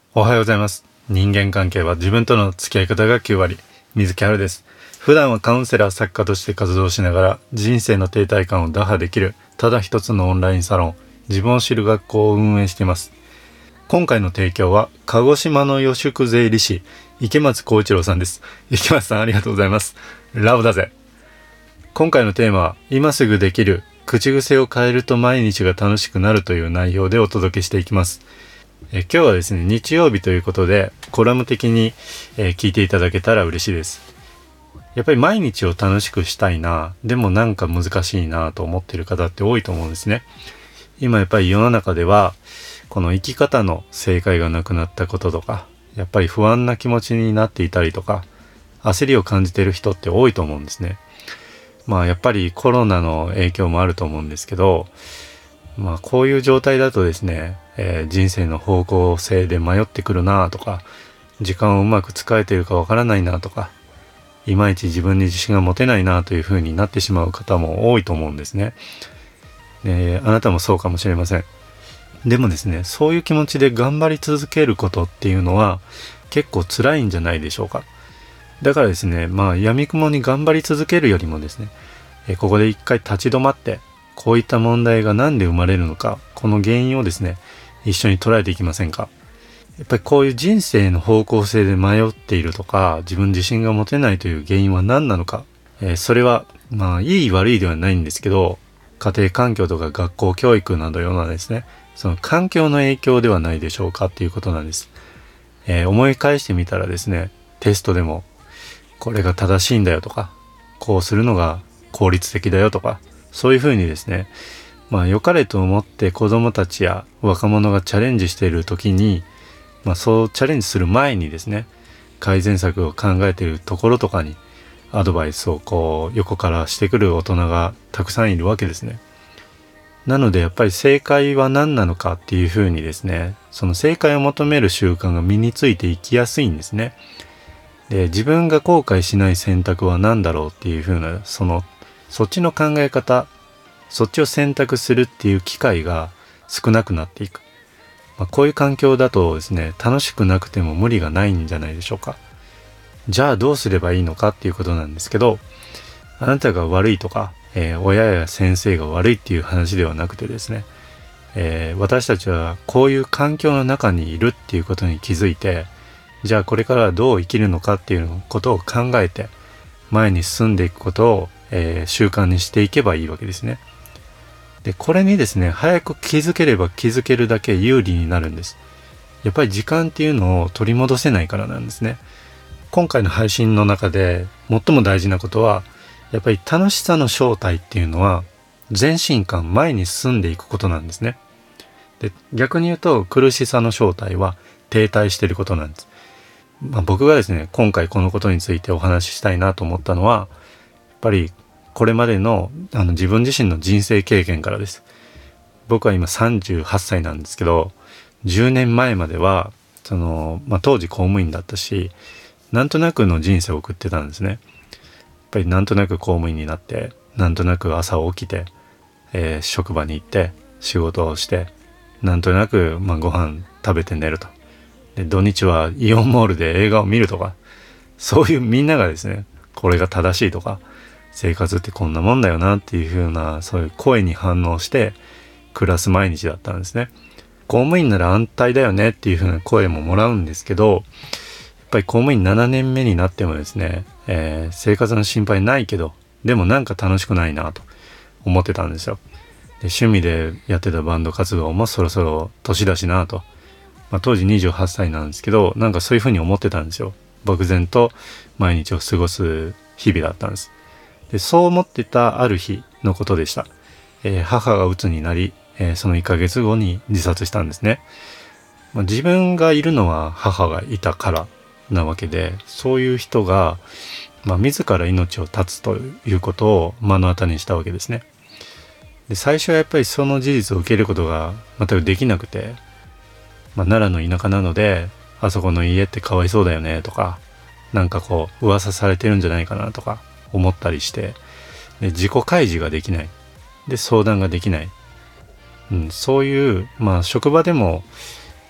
おはようございます。人間関係は自分との付き合い方が9割。水木春です。普段はカウンセラー作家として活動しながら人生の停滞感を打破できるただ一つのオンラインサロン、自分を知る学校を運営しています。今回の提供は鹿児島の予宿税理士池松光一郎さんです。池松さん、ありがとうございます。ラブだぜ。今回のテーマは今すぐできる口癖を変えると毎日が楽しくなるという内容でお届けしていきます。今日はですね、日曜日ということでコラム的に、聞いていただけたら嬉しいです。やっぱり毎日を楽しくしたいな、でもなんか難しいなと思っている方って多いと思うんですね。今やっぱり世の中ではこの生き方の正解がなくなったこととか、やっぱり不安な気持ちになっていたりとか、焦りを感じている人って多いと思うんですね。やっぱりコロナの影響もあると思うんですけど、こういう状態だとですね、人生の方向性で迷ってくるなとか、時間をうまく使えているかわからないなとか、いまいち自分に自信が持てないなというふうになってしまう方も多いと思うんですね。あなたもそうかもしれません。でもですね、そういう気持ちで頑張り続けることっていうのは結構辛いんじゃないでしょうか。だからですね、闇雲に頑張り続けるよりもですね、ここで一回立ち止まって、こういった問題が何で生まれるのか、この原因をですね、一緒に捉えていきませんか。やっぱりこういう人生の方向性で迷っているとか、自分自信が持てないという原因は何なのか。それはいい悪いではないんですけど、家庭環境とか学校教育などようなですね、その環境の影響ではないでしょうかっていうことなんです。思い返してみたらですね、テストでもこれが正しいんだよとか、こうするのが効率的だよとか、そういうふうにですね、良かれと思って子供たちや若者がチャレンジしている時に、そうチャレンジする前にですね、改善策を考えているところとかにアドバイスをこう横からしてくる大人がたくさんいるわけですね。なのでやっぱり正解は何なのかっていうふうにですね、その正解を求める習慣が身についていきやすいんですね。で、自分が後悔しない選択は何だろうっていうふうな、そっちの考え方、そっちを選択するっていう機会が少なくなっていく。こういう環境だとですね、楽しくなくても無理がないんじゃないでしょうか。じゃあどうすればいいのかっていうことなんですけど、あなたが悪いとか、親や先生が悪いっていう話ではなくてですね、私たちはこういう環境の中にいるっていうことに気づいて、じゃあこれからどう生きるのかっていうことを考えて前に進んでいくことを、習慣にしていけばいいわけですね。で、これにですね、早く気づければ気づけるだけ有利になるんです。やっぱり時間っていうのを取り戻せないからなんですね。今回の配信の中で最も大事なことは、やっぱり楽しさの正体っていうのは前進感、前に進んでいくことなんですね。で、逆に言うと苦しさの正体は停滞していることなんです。僕がですね、今回このことについてお話ししたいなと思ったのは、やっぱりこれまでの自分自身の人生経験からです。僕は今38歳なんですけど、10年前までは当時公務員だったし、なんとなくの人生を送ってたんですね。やっぱりなんとなく公務員になって、なんとなく朝起きて、職場に行って仕事をして、なんとなくご飯食べて寝ると。で、土日はイオンモールで映画を見るとか、そういうみんながですね、これが正しいとか、生活ってこんなもんだよなっていう風な、そういう声に反応して暮らす毎日だったんですね。公務員なら安泰だよねっていう風な声ももらうんですけど、やっぱり公務員7年目になってもですね、生活の心配ないけど、でもなんか楽しくないなと思ってたんですよ。で、趣味でやってたバンド活動もそろそろ年だしなと。当時28歳なんですけど、なんかそういう風に思ってたんですよ。漠然と毎日を過ごす日々だったんです。で、そう思ってたある日のことでした。母が鬱になり、その1ヶ月後に自殺したんですね。自分がいるのは母がいたからなわけで、そういう人が、自ら命を絶つということを目の当たりにしたわけですね。で、最初はやっぱりその事実を受けることが全くできなくて、奈良の田舎なので、あそこの家ってかわいそうだよねとか、なんかこう噂されてるんじゃないかなとか思ったりして、で、自己開示ができない。で、相談ができない。そういう、職場でもやっ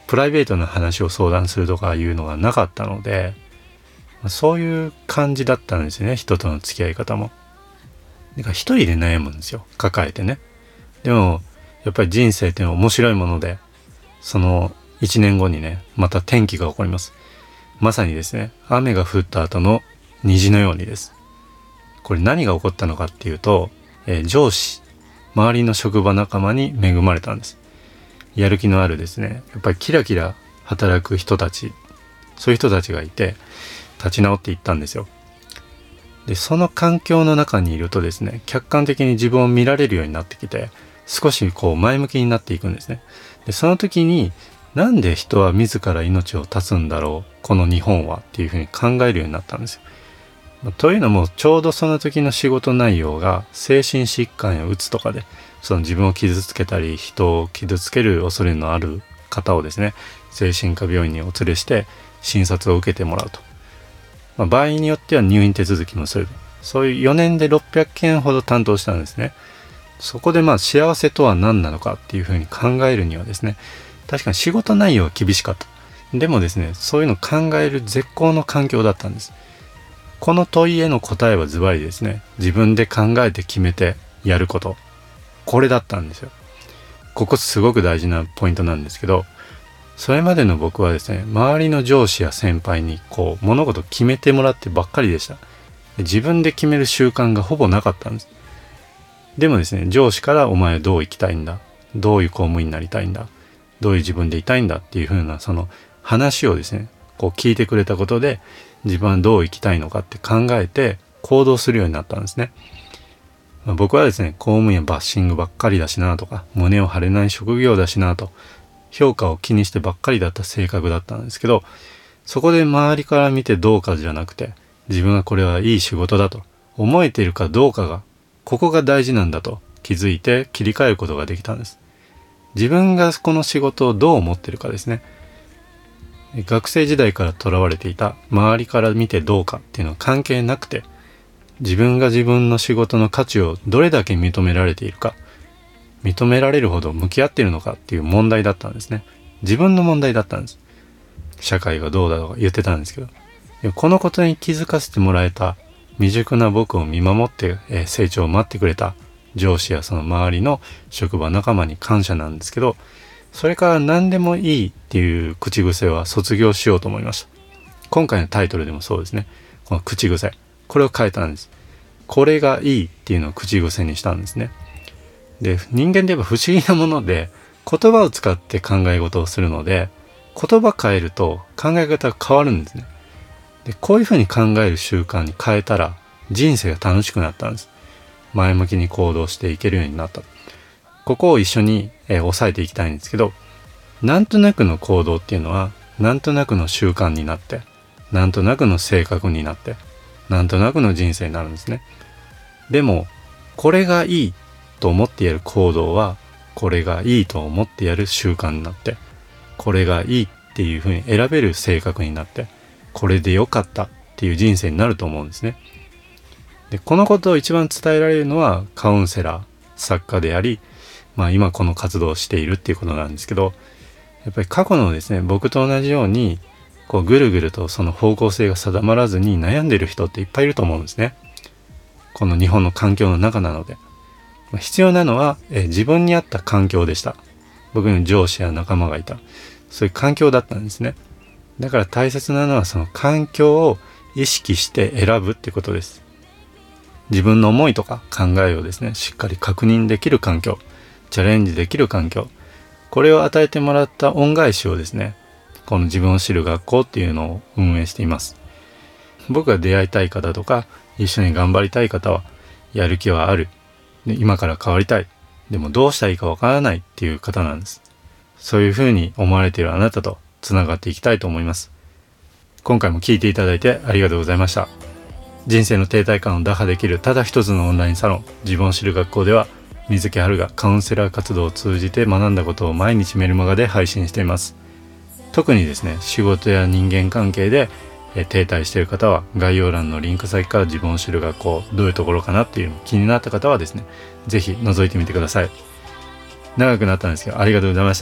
プライベートな話を相談するとかいうのがなかったので、そういう感じだったんですよね、人との付き合い方も。だから一人で悩むんですよ、抱えてね。でもやっぱり人生っていうのは面白いもので、その1年後にね、また転機が起こります。まさにですね、雨が降った後の虹のようにです。これ何が起こったのかっていうと、上司、周りの職場仲間に恵まれたんです。やる気のあるですね、やっぱりキラキラ働く人たち、そういう人たちがいて立ち直っていったんですよ。でその環境の中にいるとですね、客観的に自分を見られるようになってきて、少しこう前向きになっていくんですね。でその時に、なんで人は自ら命を絶つんだろうこの日本はっていうふうに考えるようになったんですよ。というのも、ちょうどその時の仕事内容が精神疾患やうつとかで、その自分を傷つけたり人を傷つける恐れのある方をですね、精神科病院にお連れして診察を受けてもらうと、場合によっては入院手続きもする、そういう4年で600件ほど担当したんですね。そこで幸せとは何なのかっていうふうに考えるにはですね、確かに仕事内容は厳しかった。でもですね、そういうのを考える絶好の環境だったんです。この問いへの答えはズバリですね、自分で考えて決めてやること、これだったんですよ。ここすごく大事なポイントなんですけど、それまでの僕はですね、周りの上司や先輩に物事を決めてもらってばっかりでした。自分で決める習慣がほぼなかったんです。でもですね、上司からお前はどう生きたいんだ、どういう公務員になりたいんだ、どういう自分でいたいんだっていう風なその話をですね、聞いてくれたことで、自分はどう生きたいのかって考えて行動するようになったんですね。僕はですね、公務員はバッシングばっかりだしなとか、胸を張れない職業だしなと、評価を気にしてばっかりだった性格だったんですけど、そこで周りから見てどうかじゃなくて、自分はこれはいい仕事だと思えているかどうかが、ここが大事なんだと気づいて切り替えることができたんです。自分がこの仕事をどう思っているかですね。学生時代からとらわれていた周りから見てどうかっていうのは関係なくて、自分が自分の仕事の価値をどれだけ認められているか、認められるほど向き合っているのかっていう問題だったんですね。自分の問題だったんです。社会がどうだとか言ってたんですけど、このことに気づかせてもらえた、未熟な僕を見守って成長を待ってくれた上司やその周りの職場仲間に感謝なんですけど、それから何でもいいっていう口癖は卒業しようと思いました。今回のタイトルでもそうですね。この口癖、これを変えたんです。これがいいっていうのを口癖にしたんですね。で、人間で言えば不思議なもので、言葉を使って考え事をするので、言葉変えると考え方が変わるんですね。で、こういうふうに考える習慣に変えたら人生が楽しくなったんです。前向きに行動していけるようになった。ここを一緒に押さえていきたいんですけど、なんとなくの行動っていうのはなんとなくの習慣になって、なんとなくの性格になって、なんとなくの人生になるんですね。でもこれがいいと思ってやる行動は、これがいいと思ってやる習慣になって、これがいいっていうふうに選べる性格になって、これで良かったっていう人生になると思うんですね。で、このことを一番伝えられるのはカウンセラー、作家であり、今この活動をしているっていうことなんですけど、やっぱり過去のですね、僕と同じようにぐるぐるとその方向性が定まらずに悩んでいる人っていっぱいいると思うんですね。この日本の環境の中なので、必要なのは自分に合った環境でした。僕に上司や仲間がいた、そういう環境だったんですね。だから大切なのはその環境を意識して選ぶってことです。自分の思いとか考えをですね、しっかり確認できる環境、チャレンジできる環境、これを与えてもらった恩返しをですね、この自分を知る学校っていうのを運営しています。僕が出会いたい方とか一緒に頑張りたい方は、やる気はある、で今から変わりたい、でもどうしたらいいかわからないっていう方なんです。そういうふうに思われているあなたとつながっていきたいと思います。今回も聞いていただいてありがとうございました。人生の停滞感を打破できるただ一つのオンラインサロン、自分を知る学校では、水木春がカウンセラー活動を通じて学んだことを毎日メルマガで配信しています。特にですね、仕事や人間関係で停滞している方は、概要欄のリンク先から自分を知る学校、どういうところかなっていうの気になった方はですね、ぜひ覗いてみてください。長くなったんですけど、ありがとうございました。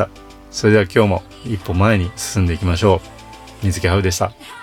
それでは今日も一歩前に進んでいきましょう。水木はるでした。